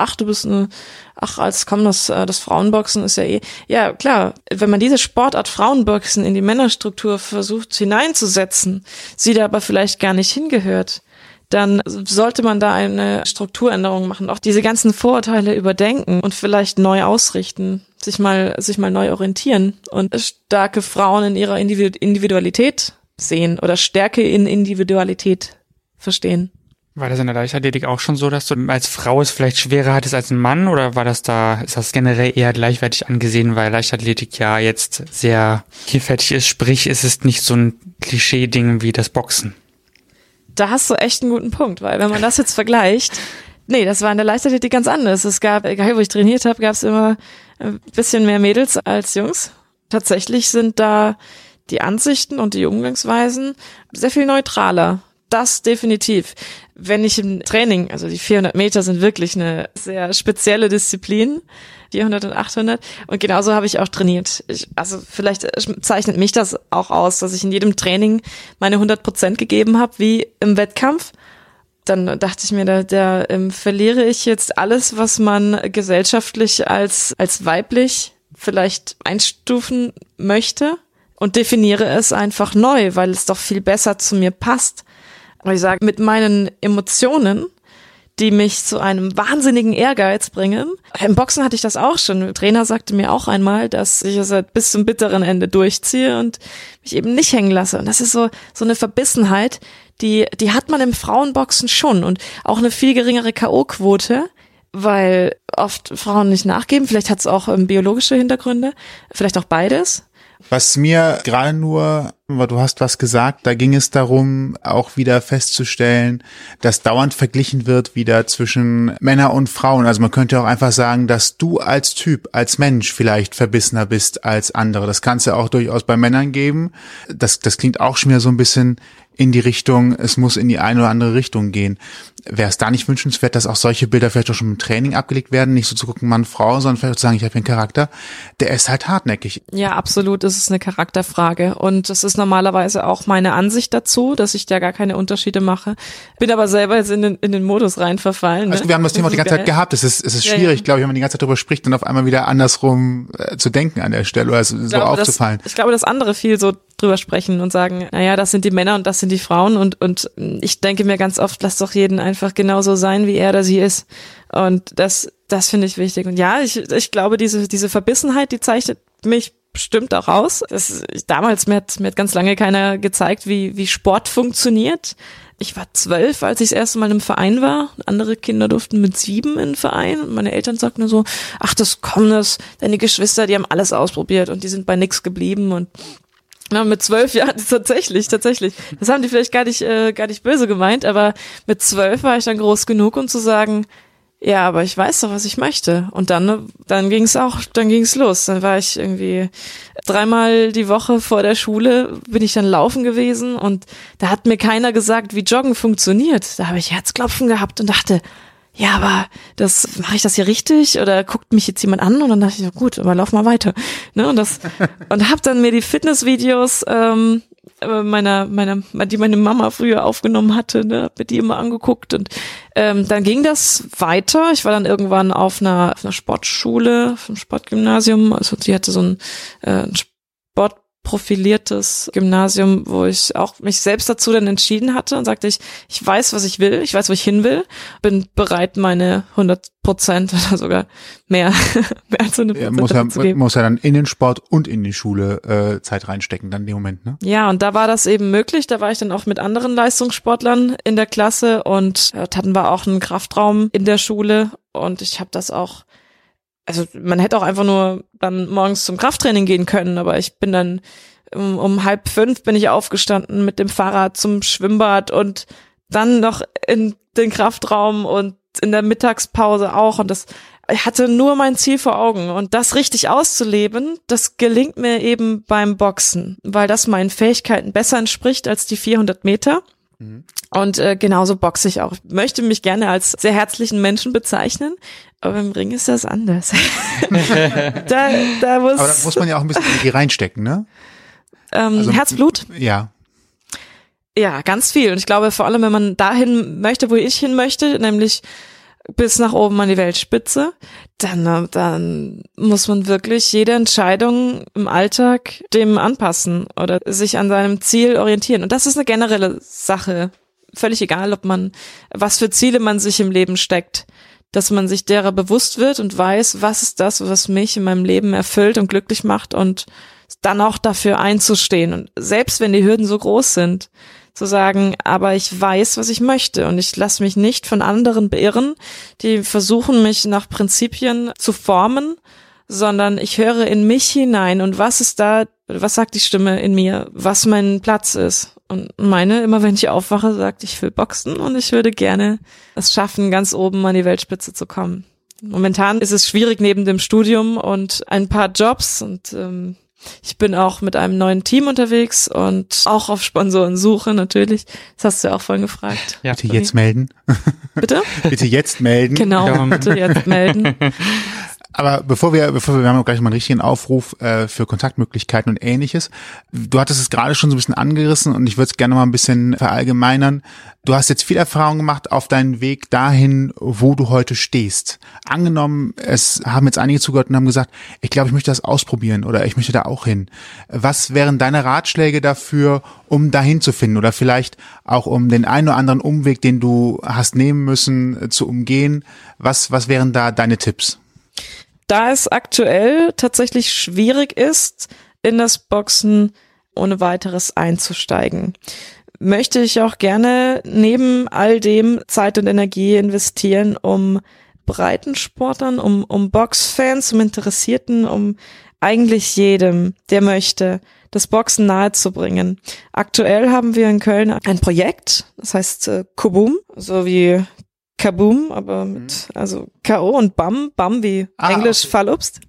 das Frauenboxen ist ja ja klar, wenn man diese Sportart Frauenboxen in die Männerstruktur versucht hineinzusetzen, sie da aber vielleicht gar nicht hingehört, dann sollte man da eine Strukturänderung machen, auch diese ganzen Vorurteile überdenken und vielleicht neu ausrichten, sich mal neu orientieren und starke Frauen in ihrer Individualität sehen oder Stärke in Individualität verstehen. War das in der Leichtathletik auch schon so, dass du als Frau es vielleicht schwerer hattest als ein Mann, oder ist das generell eher gleichwertig angesehen, weil Leichtathletik ja jetzt sehr vielfältig ist, sprich ist es nicht so ein Klischee-Ding wie das Boxen? Da hast du echt einen guten Punkt, weil wenn man das jetzt vergleicht, das war in der Leichtathletik ganz anders. Es gab, egal wo ich trainiert habe, gab es immer ein bisschen mehr Mädels als Jungs. Tatsächlich sind da die Ansichten und die Umgangsweisen sehr viel neutraler. Das definitiv. Wenn ich im Training, also die 400 Meter sind wirklich eine sehr spezielle Disziplin, 400 und 800, und genauso habe ich auch trainiert. Vielleicht zeichnet mich das auch aus, dass ich in jedem Training meine 100% gegeben habe, wie im Wettkampf. Dann dachte ich mir, da verliere ich jetzt alles, was man gesellschaftlich als weiblich vielleicht einstufen möchte, und definiere es einfach neu, weil es doch viel besser zu mir passt. Aber ich sage, mit meinen Emotionen, die mich zu einem wahnsinnigen Ehrgeiz bringen. Im Boxen hatte ich das auch schon. Der Trainer sagte mir auch einmal, dass ich es halt bis zum bitteren Ende durchziehe und mich eben nicht hängen lasse. Und das ist so eine Verbissenheit, die hat man im Frauenboxen schon, und auch eine viel geringere K.O.-Quote, weil oft Frauen nicht nachgeben. Vielleicht hat es auch biologische Hintergründe, vielleicht auch beides. Was mir gerade nur, weil du hast was gesagt, da ging es darum, auch wieder festzustellen, dass dauernd verglichen wird wieder zwischen Männern und Frauen. Also man könnte auch einfach sagen, dass du als Typ, als Mensch vielleicht verbissener bist als andere. Das kann es ja auch durchaus bei Männern geben. Das klingt auch schon wieder so ein bisschen in die Richtung, es muss in die eine oder andere Richtung gehen. Wäre es da nicht wünschenswert, dass auch solche Bilder vielleicht auch schon im Training abgelegt werden, nicht so zu gucken, Mann, Frau, sondern vielleicht zu sagen, ich habe hier einen Charakter, der ist halt hartnäckig. Ja, absolut, das ist eine Charakterfrage, und das ist normalerweise auch meine Ansicht dazu, dass ich da gar keine Unterschiede mache. Bin aber selber jetzt in den Modus rein verfallen. Also wir haben das Thema auch die ganze Zeit gehabt, es ist schwierig, glaube ich, wenn man die ganze Zeit darüber spricht, dann auf einmal wieder andersrum zu denken an der Stelle oder so aufzufallen. Ich glaube, das andere fiel so drüber sprechen und sagen, naja, das sind die Männer und das sind die Frauen und ich denke mir ganz oft, lass doch jeden einfach genauso sein, wie er oder sie ist. Und das finde ich wichtig. Und ja, ich glaube, diese Verbissenheit, die zeichnet mich bestimmt auch aus. Damals mir hat ganz lange keiner gezeigt, wie Sport funktioniert. Ich war 12, als ich das erste Mal im Verein war. Andere Kinder durften mit 7 in den Verein. Und meine Eltern sagten nur so, ach, deine Geschwister, die haben alles ausprobiert und die sind bei nix geblieben. Und ja, mit 12 Jahren, tatsächlich. Das haben die vielleicht gar nicht böse gemeint, aber mit 12 war ich dann groß genug, um zu sagen, ja, aber ich weiß doch, was ich möchte. Und dann ging's los. Dann war ich irgendwie 3-mal die Woche vor der Schule, bin ich dann laufen gewesen und da hat mir keiner gesagt, wie Joggen funktioniert. Da habe ich Herzklopfen gehabt und dachte, ja, aber mache ich das hier richtig oder guckt mich jetzt jemand an? Und dann dachte ich, gut, aber lauf mal weiter. Ne? Und habe dann mir die Fitnessvideos die meine Mama früher aufgenommen hatte, ne, hab mir die immer angeguckt und dann ging das weiter. Ich war dann irgendwann auf einer Sportschule, auf einem Sportgymnasium, also die hatte so ein sportprofiliertes Gymnasium, wo ich auch mich selbst dazu dann entschieden hatte und sagte, ich weiß, was ich will, ich weiß, wo ich hin will, bin bereit, meine 100% oder sogar mehr als 100% zu geben. Muss ja dann in den Sport und in die Schule Zeit reinstecken, dann in dem Moment, ne? Ja, und da war das eben möglich. Da war ich dann auch mit anderen Leistungssportlern in der Klasse und hatten wir auch einen Kraftraum in der Schule und ich habe das auch, also man hätte auch einfach nur dann morgens zum Krafttraining gehen können, aber ich bin dann um 4:30 bin ich aufgestanden mit dem Fahrrad zum Schwimmbad und dann noch in den Kraftraum und in der Mittagspause auch und ich hatte nur mein Ziel vor Augen und das richtig auszuleben, das gelingt mir eben beim Boxen, weil das meinen Fähigkeiten besser entspricht als die 400 Meter. Und genauso boxe ich auch. Ich möchte mich gerne als sehr herzlichen Menschen bezeichnen, aber im Ring ist das anders. Aber da muss man ja auch ein bisschen Energie reinstecken, ne? Also, Herzblut? Ja. Ja, ganz viel. Und ich glaube, vor allem, wenn man dahin möchte, wo ich hin möchte, nämlich bis nach oben an die Weltspitze, dann muss man wirklich jede Entscheidung im Alltag dem anpassen oder sich an seinem Ziel orientieren. Und das ist eine generelle Sache. Völlig egal, was für Ziele man sich im Leben steckt, dass man sich derer bewusst wird und weiß, was ist das, was mich in meinem Leben erfüllt und glücklich macht und dann auch dafür einzustehen. Und selbst wenn die Hürden so groß sind, zu sagen, aber ich weiß, was ich möchte und ich lasse mich nicht von anderen beirren, die versuchen, mich nach Prinzipien zu formen, sondern ich höre in mich hinein und was sagt die Stimme in mir, was mein Platz ist. Und immer wenn ich aufwache, sagt, ich will boxen und ich würde gerne es schaffen, ganz oben an die Weltspitze zu kommen. Momentan ist es schwierig neben dem Studium und ein paar Jobs und ich bin auch mit einem neuen Team unterwegs und auch auf Sponsorensuche natürlich. Das hast du ja auch vorhin gefragt. Ja, bitte jetzt melden. Bitte? Bitte jetzt melden. Genau, bitte jetzt melden. Aber bevor wir haben gleich mal einen richtigen Aufruf für Kontaktmöglichkeiten und Ähnliches. Du hattest es gerade schon so ein bisschen angerissen und ich würde es gerne mal ein bisschen verallgemeinern. Du hast jetzt viel Erfahrung gemacht auf deinen Weg dahin, wo du heute stehst. Angenommen, es haben jetzt einige zugehört und haben gesagt, ich glaube, ich möchte das ausprobieren oder ich möchte da auch hin. Was wären deine Ratschläge dafür, um dahin zu finden oder vielleicht auch um den einen oder anderen Umweg, den du hast nehmen müssen, zu umgehen? Was wären da deine Tipps? Da es aktuell tatsächlich schwierig ist, in das Boxen ohne weiteres einzusteigen, möchte ich auch gerne neben all dem Zeit und Energie investieren, um Breitensportlern, um Boxfans, um Interessierten, um eigentlich jedem, der möchte, das Boxen nahezubringen. Aktuell haben wir in Köln ein Projekt, das heißt Kaboom, so wie Kaboom, aber mit, also K.O. und Bam wie Englisch okay. Fallobst.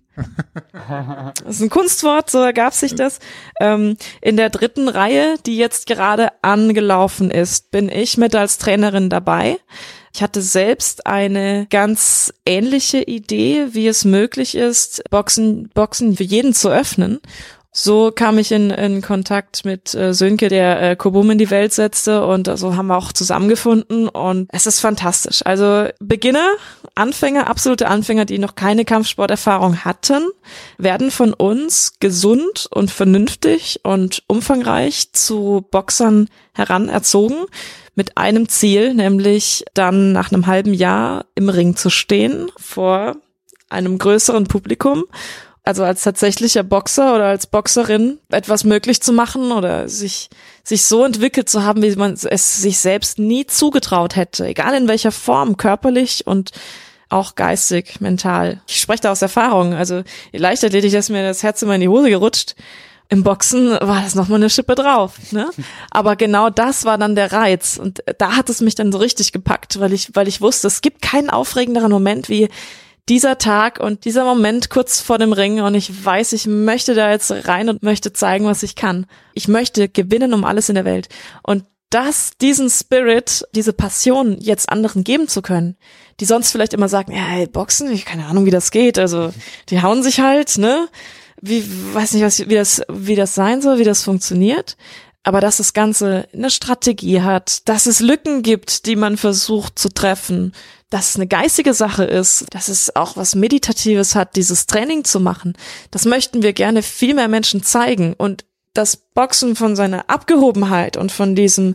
Das ist ein Kunstwort, so ergab sich das. In der 3. Reihe, die jetzt gerade angelaufen ist, bin ich mit als Trainerin dabei. Ich hatte selbst eine ganz ähnliche Idee, wie es möglich ist, Boxen für jeden zu öffnen. So kam ich in Kontakt mit Sönke, der Kobum in die Welt setzte, und so haben wir auch zusammengefunden, und es ist fantastisch. Also Beginner, Anfänger, absolute Anfänger, die noch keine Kampfsporterfahrung hatten, werden von uns gesund und vernünftig und umfangreich zu Boxern heranerzogen, mit einem Ziel, nämlich dann nach einem halben Jahr im Ring zu stehen vor einem größeren Publikum. Also als tatsächlicher Boxer oder als Boxerin etwas möglich zu machen oder sich so entwickelt zu haben, wie man es sich selbst nie zugetraut hätte, egal in welcher Form, körperlich und auch geistig, mental. Ich spreche da aus Erfahrung. Also in Leichtathletik ist mir das Herz immer in die Hose gerutscht. Im Boxen war das nochmal eine Schippe drauf, ne? Aber genau das war dann der Reiz, und da hat es mich dann so richtig gepackt, weil ich wusste, es gibt keinen aufregenderen Moment wie dieser Tag und dieser Moment kurz vor dem Ring, und ich weiß, ich möchte da jetzt rein und möchte zeigen, was ich kann. Ich möchte gewinnen um alles in der Welt. Und diesen Spirit, diese Passion jetzt anderen geben zu können, die sonst vielleicht immer sagen, ja, hey, Boxen, ich keine Ahnung, wie das geht, also die hauen sich halt, ne? Weiß nicht, wie das sein soll, wie das funktioniert. Aber dass das Ganze eine Strategie hat, dass es Lücken gibt, die man versucht zu treffen, dass es eine geistige Sache ist, dass es auch was Meditatives hat, dieses Training zu machen. Das möchten wir gerne viel mehr Menschen zeigen, und das Boxen von seiner Abgehobenheit und von dieser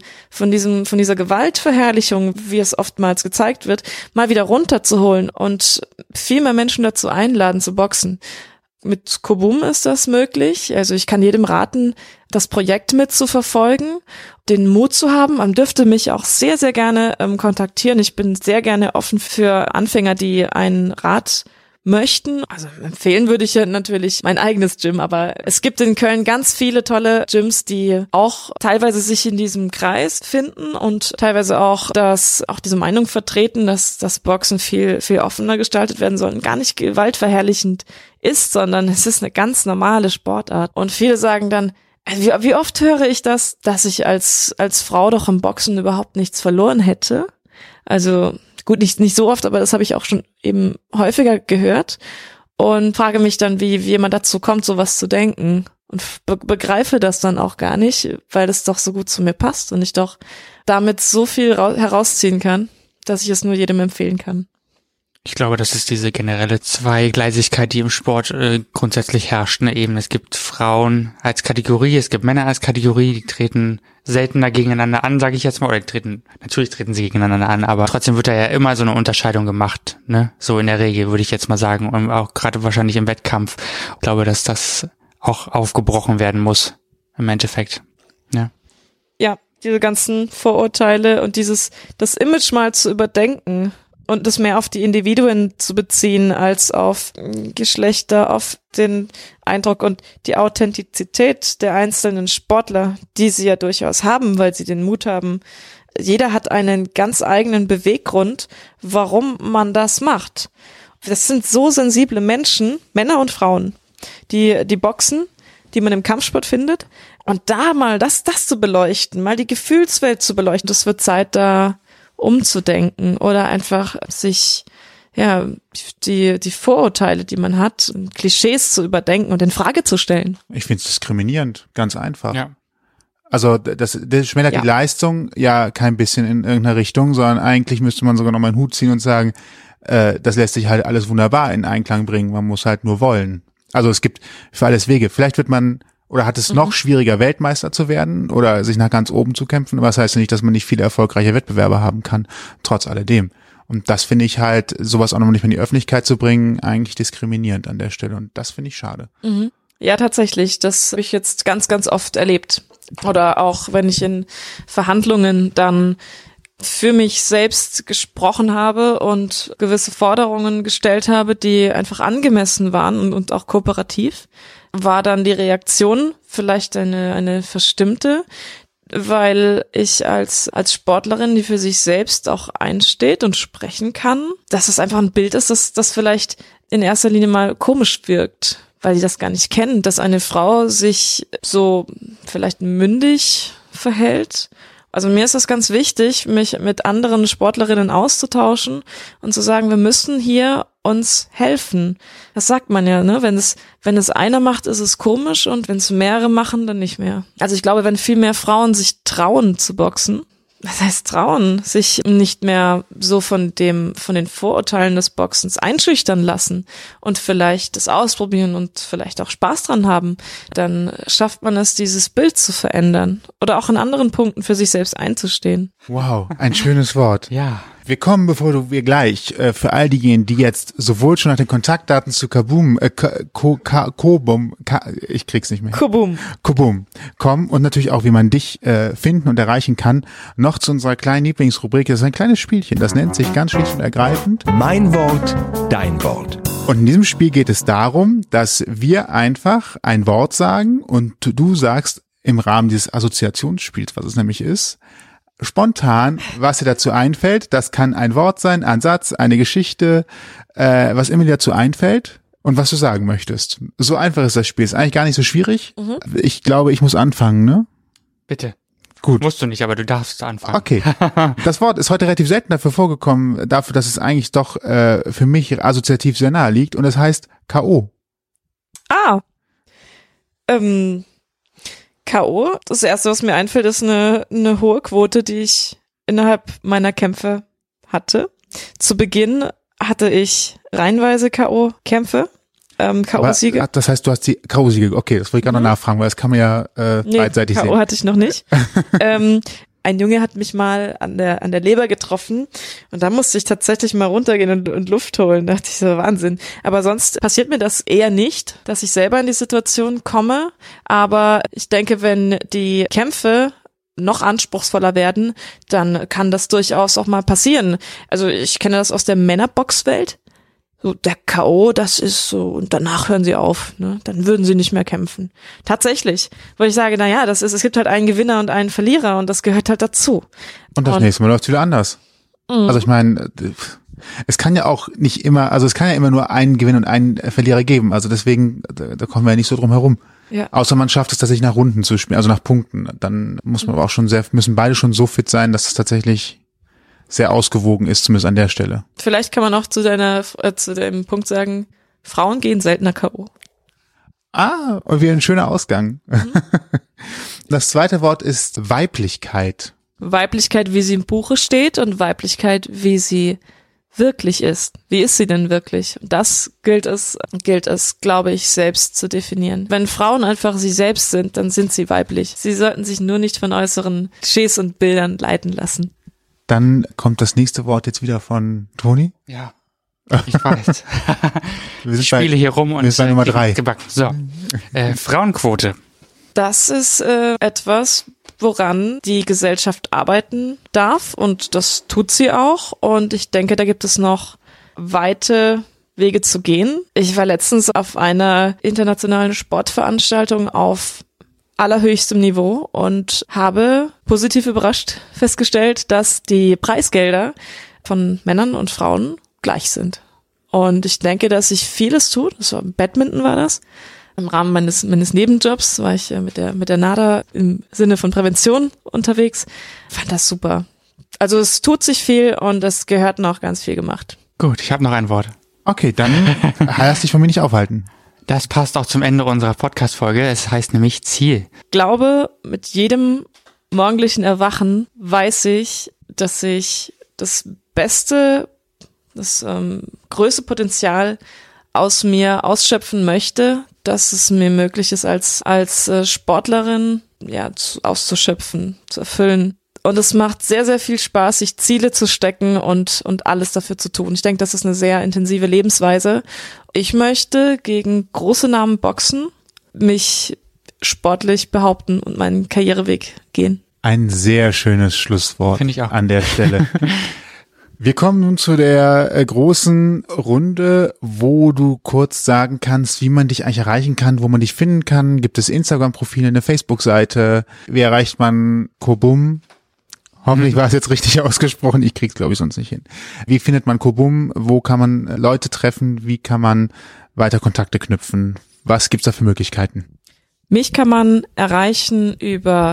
Gewaltverherrlichung, wie es oftmals gezeigt wird, mal wieder runterzuholen und viel mehr Menschen dazu einladen zu boxen. Mit Kobum ist das möglich. Also ich kann jedem raten, das Projekt mit zu verfolgen, den Mut zu haben. Man dürfte mich auch sehr, sehr gerne kontaktieren. Ich bin sehr gerne offen für Anfänger, die einen Rat möchten. Also empfehlen würde ich ja natürlich mein eigenes Gym, aber es gibt in Köln ganz viele tolle Gyms, die auch teilweise sich in diesem Kreis finden und teilweise auch diese Meinung vertreten, dass das Boxen viel, viel offener gestaltet werden soll und gar nicht gewaltverherrlichend ist, sondern es ist eine ganz normale Sportart. Und viele sagen dann, wie oft höre ich das, dass ich als Frau doch im Boxen überhaupt nichts verloren hätte? Also gut, nicht so oft, aber das habe ich auch schon eben häufiger gehört, und frage mich dann, wie jemand dazu kommt, sowas zu denken, und begreife das dann auch gar nicht, weil es doch so gut zu mir passt und ich doch damit so viel herausziehen kann, dass ich es nur jedem empfehlen kann. Ich glaube, das ist diese generelle Zweigleisigkeit, die im Sport grundsätzlich herrscht. Ne? Eben, es gibt Frauen als Kategorie, es gibt Männer als Kategorie, die treten seltener gegeneinander an, sage ich jetzt mal, oder natürlich treten sie gegeneinander an, aber trotzdem wird da ja immer so eine Unterscheidung gemacht, ne? So in der Regel, würde ich jetzt mal sagen, und auch gerade wahrscheinlich im Wettkampf. Ich glaube, dass das auch aufgebrochen werden muss, im Endeffekt. Ja. Ja, diese ganzen Vorurteile und das Image mal zu überdenken und das mehr auf die Individuen zu beziehen als auf Geschlechter, auf den Eindruck und die Authentizität der einzelnen Sportler, die sie ja durchaus haben, weil sie den Mut haben. Jeder hat einen ganz eigenen Beweggrund, warum man das macht. Das sind so sensible Menschen, Männer und Frauen, die boxen, die man im Kampfsport findet. Und da mal das zu beleuchten, mal die Gefühlswelt zu beleuchten, das wird Zeit, da umzudenken oder einfach sich die Vorurteile, die man hat, Klischees zu überdenken und in Frage zu stellen. Ich finde es diskriminierend, ganz einfach. Ja. Also das schmälert die Leistung ja kein bisschen in irgendeiner Richtung, sondern eigentlich müsste man sogar noch mal einen Hut ziehen und sagen, das lässt sich halt alles wunderbar in Einklang bringen, man muss halt nur wollen. Also es gibt für alles Wege. Vielleicht wird man oder hat es noch schwieriger, Weltmeister zu werden oder sich nach ganz oben zu kämpfen. Aber das heißt ja nicht, dass man nicht viele erfolgreiche Wettbewerber haben kann, trotz alledem. Und das finde ich halt, sowas auch noch nicht mehr in die Öffentlichkeit zu bringen, eigentlich diskriminierend an der Stelle. Und das finde ich schade. Mhm. Ja, tatsächlich. Das habe ich jetzt ganz, ganz oft erlebt. Oder auch, wenn ich in Verhandlungen dann für mich selbst gesprochen habe und gewisse Forderungen gestellt habe, die einfach angemessen waren und auch kooperativ, war dann die Reaktion vielleicht eine verstimmte, weil ich als Sportlerin, die für sich selbst auch einsteht und sprechen kann, dass es einfach ein Bild ist, das vielleicht in erster Linie mal komisch wirkt, weil die das gar nicht kennen, dass eine Frau sich so vielleicht mündig verhält Also mir ist es ganz wichtig, mich mit anderen Sportlerinnen auszutauschen und zu sagen, wir müssen hier uns helfen. Das sagt man ja, ne? Wenn es einer macht, ist es komisch und wenn es mehrere machen, dann nicht mehr. Also ich glaube, wenn viel mehr Frauen sich trauen zu boxen, was heißt trauen, sich nicht mehr so von den Vorurteilen des Boxens einschüchtern lassen und vielleicht das ausprobieren und vielleicht auch Spaß dran haben, dann schafft man es, dieses Bild zu verändern oder auch in anderen Punkten für sich selbst einzustehen. Wow, ein schönes Wort. Ja. Wir kommen, bevor wir gleich, für all diejenigen, die jetzt sowohl schon nach den Kontaktdaten zu Kaboom, ich krieg's nicht mehr. Kaboom kommen und natürlich auch, wie man dich finden und erreichen kann, noch zu unserer kleinen Lieblingsrubrik. Das ist ein kleines Spielchen, das nennt sich ganz schlicht und ergreifend Mein Wort, dein Wort. Und in diesem Spiel geht es darum, dass wir einfach ein Wort sagen und du sagst im Rahmen dieses Assoziationsspiels, was es nämlich ist, spontan, was dir dazu einfällt. Das kann ein Wort sein, ein Satz, eine Geschichte, was immer dir dazu einfällt und was du sagen möchtest. So einfach ist das Spiel. Ist eigentlich gar nicht so schwierig. Ich glaube, ich muss anfangen, ne? Bitte. Gut. Musst du nicht, aber du darfst anfangen. Okay. Das Wort ist heute relativ selten dafür vorgekommen, dafür, dass es eigentlich doch für mich assoziativ sehr nahe liegt und es heißt K.O. K.O. Das erste, was mir einfällt, ist eine hohe Quote, die ich innerhalb meiner Kämpfe hatte. Zu Beginn hatte ich reihenweise K.O.-Kämpfe, K.O.-Siege. Das heißt, du hast die K.O.-Siege. Okay, das wollte ich gerade noch nachfragen, weil das kann man ja beidseitig sehen. K.O. hatte ich noch nicht. Ein Junge hat mich mal an der Leber getroffen und da musste ich tatsächlich mal runtergehen und Luft holen. Da dachte ich so, Wahnsinn. Aber sonst passiert mir das eher nicht, dass ich selber in die Situation komme. Aber ich denke, wenn die Kämpfe noch anspruchsvoller werden, dann kann das durchaus auch mal passieren. Also ich kenne das aus der Männerboxwelt. So der K.O., das ist so, und danach hören sie auf, ne? Dann würden sie nicht mehr kämpfen. Tatsächlich, weil ich sage, es gibt halt einen Gewinner und einen Verlierer und das gehört halt dazu. Und das nächste Mal läuft es wieder anders. Also ich meine, es kann ja auch nicht immer, also es kann ja immer nur einen Gewinner und einen Verlierer geben. Also deswegen, da kommen wir ja nicht so drum herum. Ja. Außer man schafft es tatsächlich nach Runden zu spielen, also nach Punkten. Dann muss man aber auch müssen beide schon so fit sein, dass es tatsächlich sehr ausgewogen ist, zumindest an der Stelle. Vielleicht kann man auch zu dem Punkt sagen, Frauen gehen seltener K.O. Und wieder ein schöner Ausgang. Das zweite Wort ist Weiblichkeit. Weiblichkeit, wie sie im Buche steht und Weiblichkeit, wie sie wirklich ist. Wie ist sie denn wirklich? Das gilt es, glaube ich, selbst zu definieren. Wenn Frauen einfach sie selbst sind, dann sind sie weiblich. Sie sollten sich nur nicht von äußeren Klischees und Bildern leiten lassen. Dann kommt das nächste Wort jetzt wieder von Toni. Ja, ich weiß. Ich spiele hier rum und wir sind Nummer 3. Gebacken. So, Frauenquote. Das ist etwas, woran die Gesellschaft arbeiten darf und das tut sie auch. Und ich denke, da gibt es noch weite Wege zu gehen. Ich war letztens auf einer internationalen Sportveranstaltung auf allerhöchstem Niveau und habe positiv überrascht festgestellt, dass die Preisgelder von Männern und Frauen gleich sind. Und ich denke, dass sich vieles tut. Badminton war das. Im Rahmen meines Nebenjobs war ich mit der NADA im Sinne von Prävention unterwegs. Fand das super. Also es tut sich viel und es gehört noch ganz viel gemacht. Gut, ich habe noch ein Wort. Okay, dann lass dich von mir nicht aufhalten. Das passt auch zum Ende unserer Podcast-Folge. Es heißt nämlich Ziel. Ich glaube, mit jedem morgendlichen Erwachen weiß ich, dass ich das Beste, das größte Potenzial aus mir ausschöpfen möchte, dass es mir möglich ist, als Sportlerin auszuschöpfen, zu erfüllen. Und es macht sehr, sehr viel Spaß, sich Ziele zu stecken und alles dafür zu tun. Ich denke, das ist eine sehr intensive Lebensweise. Ich möchte gegen große Namen boxen, mich sportlich behaupten und meinen Karriereweg gehen. Ein sehr schönes Schlusswort. Finde ich auch. An der Stelle. Wir kommen nun zu der großen Runde, wo du kurz sagen kannst, wie man dich eigentlich erreichen kann, wo man dich finden kann. Gibt es Instagram-Profile, eine Facebook-Seite? Wie erreicht man Kobum? Hoffentlich war es jetzt richtig ausgesprochen. Ich krieg's, glaube ich, sonst nicht hin. Wie findet man Kobum? Wo kann man Leute treffen? Wie kann man weiter Kontakte knüpfen? Was gibt's da für Möglichkeiten? Mich kann man erreichen über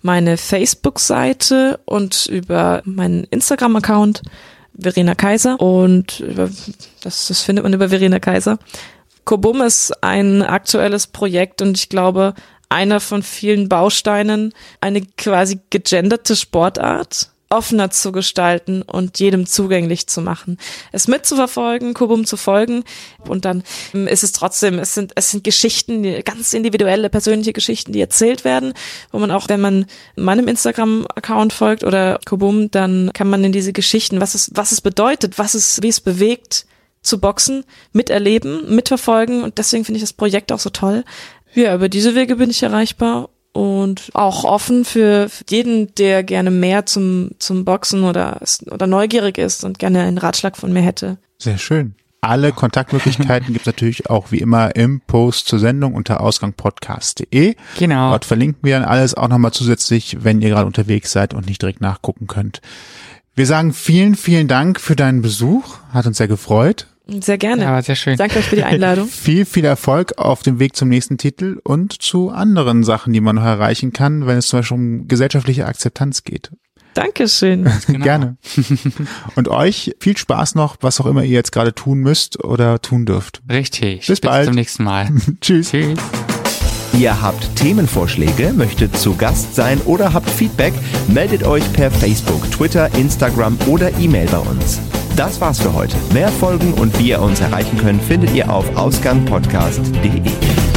meine Facebook-Seite und über meinen Instagram-Account Verena Kaiser und das findet man über Verena Kaiser. Kobum ist ein aktuelles Projekt und ich glaube, einer von vielen Bausteinen, eine quasi gegenderte Sportart offener zu gestalten und jedem zugänglich zu machen. Es mitzuverfolgen, Kobum zu folgen und dann ist es trotzdem, es sind Geschichten, ganz individuelle, persönliche Geschichten, die erzählt werden, wo man auch, wenn man meinem Instagram-Account folgt oder Kobum, dann kann man in diese Geschichten, was es bedeutet, wie es bewegt, zu boxen, miterleben, mitverfolgen und deswegen finde ich das Projekt auch so toll. Ja, über diese Wege bin ich erreichbar. Und auch offen für jeden, der gerne mehr zum Boxen oder neugierig ist und gerne einen Ratschlag von mir hätte. Sehr schön. Alle Kontaktmöglichkeiten gibt's natürlich auch wie immer im Post zur Sendung unter ausgangpodcast.de. Genau. Dort verlinken wir dann alles auch nochmal zusätzlich, wenn ihr gerade unterwegs seid und nicht direkt nachgucken könnt. Wir sagen vielen, vielen Dank für deinen Besuch. Hat uns sehr gefreut. Sehr gerne. Ja, sehr schön. Danke euch für die Einladung. Viel, viel Erfolg auf dem Weg zum nächsten Titel und zu anderen Sachen, die man noch erreichen kann, wenn es zum Beispiel um gesellschaftliche Akzeptanz geht. Dankeschön. Genau. Gerne. Und euch viel Spaß noch, was auch immer ihr jetzt gerade tun müsst oder tun dürft. Richtig. Bis bald. Zum nächsten Mal. Tschüss. Tschüss. Ihr habt Themenvorschläge, möchtet zu Gast sein oder habt Feedback, meldet euch per Facebook, Twitter, Instagram oder E-Mail bei uns. Das war's für heute. Mehr Folgen und wie ihr uns erreichen könnt, findet ihr auf ausgangpodcast.de.